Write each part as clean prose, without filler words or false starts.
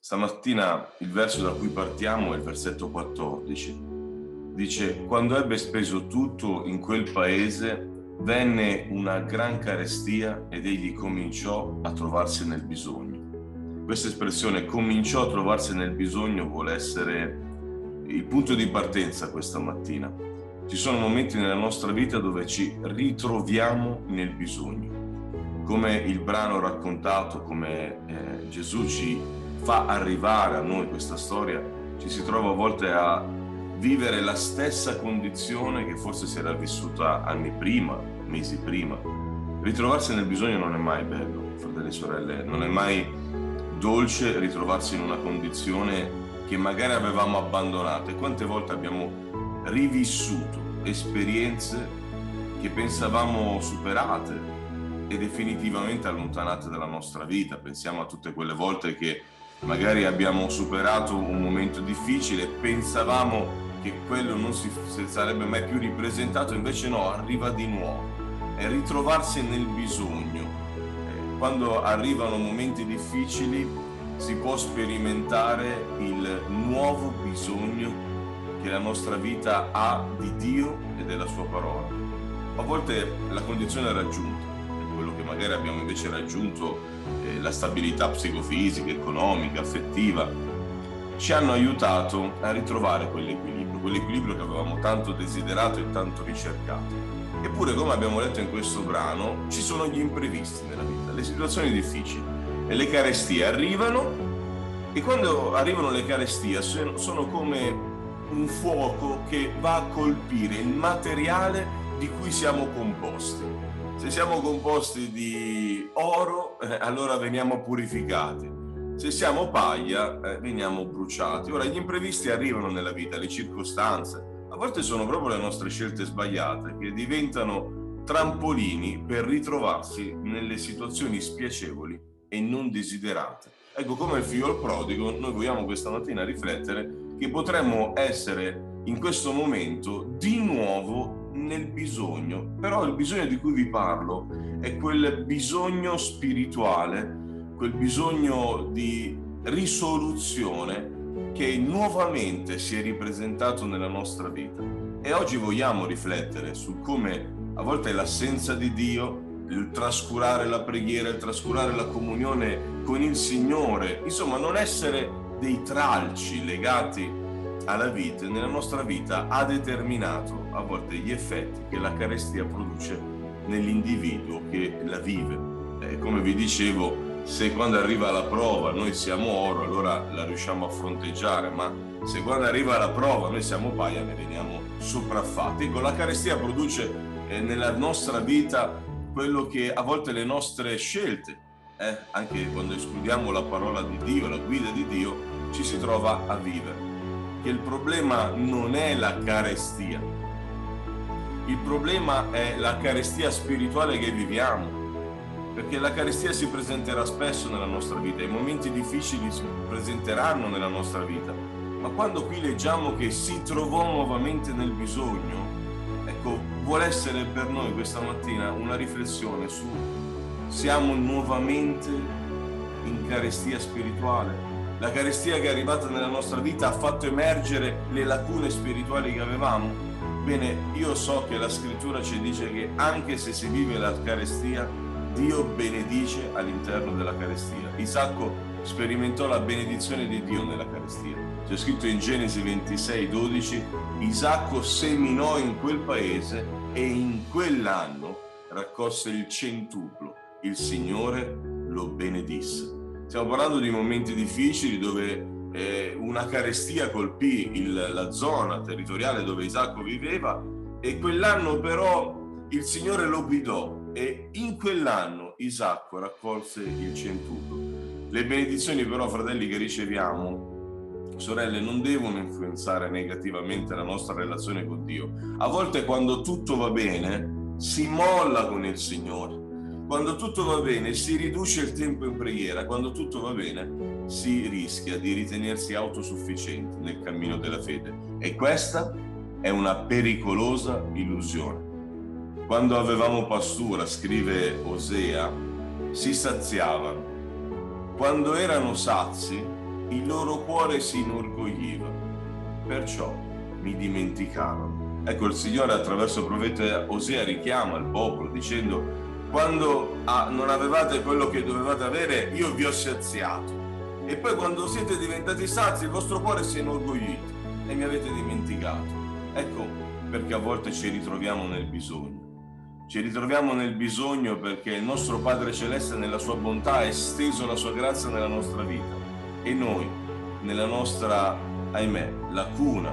Stamattina il verso da cui partiamo è il versetto 14. Dice: quando ebbe speso tutto in quel paese, venne una gran carestia ed egli cominciò a trovarsi nel bisogno. Questa espressione cominciò a trovarsi nel bisogno vuole essere il punto di partenza questa mattina. Ci sono momenti nella nostra vita dove ci ritroviamo nel bisogno. Come il brano raccontato, come Gesù ci fa arrivare a noi questa storia, ci si trova a volte a vivere la stessa condizione che forse si era vissuta anni prima, mesi prima. Ritrovarsi nel bisogno non è mai bello, fratelli e sorelle, non è mai dolce ritrovarsi in una condizione che magari avevamo abbandonato. E quante volte abbiamo rivissuto esperienze che pensavamo superate e definitivamente allontanate dalla nostra vita. Pensiamo a tutte quelle volte che magari abbiamo superato un momento difficile, pensavamo che quello non si sarebbe mai più ripresentato, invece no, arriva di nuovo. È ritrovarsi nel bisogno. Quando arrivano momenti difficili si può sperimentare il nuovo bisogno che la nostra vita ha di Dio e della sua parola. A volte la condizione è raggiunta, è quello che magari abbiamo invece raggiunto, la stabilità psicofisica, economica, affettiva, ci hanno aiutato a ritrovare quell'equilibrio che avevamo tanto desiderato e tanto ricercato. Eppure, come abbiamo letto in questo brano, ci sono gli imprevisti nella vita, le situazioni difficili e le carestie arrivano, e quando arrivano le carestie sono come un fuoco che va a colpire il materiale di cui siamo composti. Se siamo composti di oro, allora veniamo purificati. Se siamo paglia, veniamo bruciati. Ora, gli imprevisti arrivano nella vita, le circostanze. A volte sono proprio le nostre scelte sbagliate che diventano trampolini per ritrovarsi nelle situazioni spiacevoli e non desiderate. Ecco, come il figlio prodigo, noi vogliamo questa mattina riflettere che potremmo essere in questo momento di nuovo nel bisogno. Però il bisogno di cui vi parlo è quel bisogno spirituale, quel bisogno di risoluzione che nuovamente si è ripresentato nella nostra vita. E oggi vogliamo riflettere su come a volte l'assenza di Dio, il trascurare la preghiera, il trascurare la comunione con il Signore, insomma non essere dei tralci legati alla vita, nella nostra vita ha determinato a volte gli effetti che la carestia produce nell'individuo che la vive. Come vi dicevo, se quando arriva la prova noi siamo oro, allora la riusciamo a fronteggiare, ma se quando arriva la prova noi siamo paia, ne veniamo sopraffatti. Ecco, la carestia produce nella nostra vita quello che a volte le nostre scelte, anche quando escludiamo la parola di Dio, la guida di Dio, ci si trova a vivere. Che il problema non è la carestia, il problema è la carestia spirituale che viviamo, perché la carestia si presenterà spesso nella nostra vita, i momenti difficili si presenteranno nella nostra vita, ma quando qui leggiamo che si trovò nuovamente nel bisogno, ecco, vuole essere per noi questa mattina una riflessione su siamo nuovamente in carestia spirituale. La carestia che è arrivata nella nostra vita ha fatto emergere le lacune spirituali che avevamo? Bene, io so che la scrittura ci dice che anche se si vive la carestia, Dio benedice all'interno della carestia. Isacco sperimentò la benedizione di Dio nella carestia. C'è scritto in Genesi 26:12, Isacco seminò in quel paese e in quell'anno raccolse il centuplo. Il Signore lo benedisse. Stiamo parlando di momenti difficili dove una carestia colpì la zona territoriale dove Isacco viveva, e quell'anno però il Signore lo guidò e in quell'anno Isacco raccolse il centuplo. Le benedizioni però, fratelli, che riceviamo, sorelle, non devono influenzare negativamente la nostra relazione con Dio. A volte quando tutto va bene si molla con il Signore. Quando tutto va bene si riduce il tempo in preghiera, quando tutto va bene si rischia di ritenersi autosufficienti nel cammino della fede, e questa è una pericolosa illusione. Quando avevamo pastura, scrive Osea, si saziavano. Quando erano sazi il loro cuore si inorgogliva, perciò mi dimenticarono. Ecco, il Signore attraverso il profeta Osea richiama il popolo dicendo: quando non avevate quello che dovevate avere, io vi ho saziato, e poi quando siete diventati sazi il vostro cuore si è inorgoglito e mi avete dimenticato. Ecco perché a volte ci ritroviamo nel bisogno. Ci ritroviamo nel bisogno perché il nostro Padre Celeste nella sua bontà ha esteso la sua grazia nella nostra vita, e noi nella nostra, ahimè, lacuna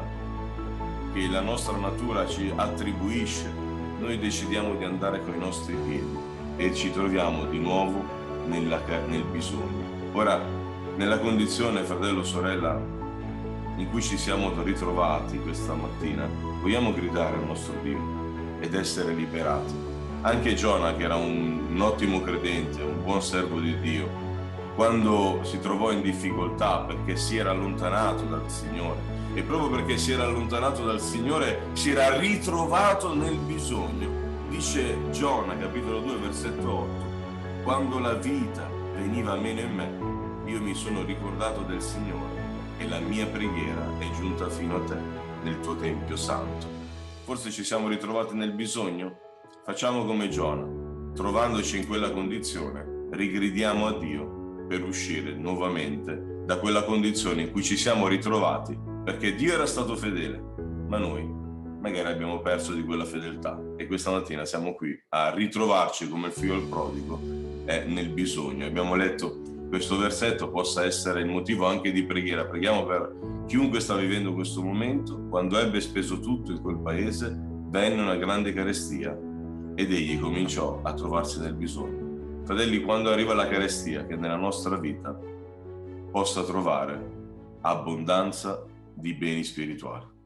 che la nostra natura ci attribuisce, noi decidiamo di andare con i nostri piedi e ci troviamo di nuovo nel bisogno. Ora, nella condizione, fratello, sorella, in cui ci siamo ritrovati questa mattina, vogliamo gridare al nostro Dio ed essere liberati. Anche Giona, che era un ottimo credente, un buon servo di Dio, quando si trovò in difficoltà perché si era allontanato dal Signore, e proprio perché si era allontanato dal Signore si era ritrovato nel bisogno. Dice Giona, capitolo 2, versetto 8: quando la vita veniva meno in me, io mi sono ricordato del Signore e la mia preghiera è giunta fino a te, nel tuo Tempio Santo. Forse ci siamo ritrovati nel bisogno? Facciamo come Giona, trovandoci in quella condizione, rigridiamo a Dio per uscire nuovamente da quella condizione in cui ci siamo ritrovati, perché Dio era stato fedele, ma noi magari abbiamo perso di quella fedeltà, e questa mattina siamo qui a ritrovarci come il figlio prodigo nel bisogno. Abbiamo letto questo versetto, possa essere il motivo anche di preghiera. Preghiamo per chiunque sta vivendo questo momento. Quando ebbe speso tutto in quel paese, venne una grande carestia ed egli cominciò a trovarsi nel bisogno. Fratelli, quando arriva la carestia, che nella nostra vita possa trovare abbondanza di beni spirituali.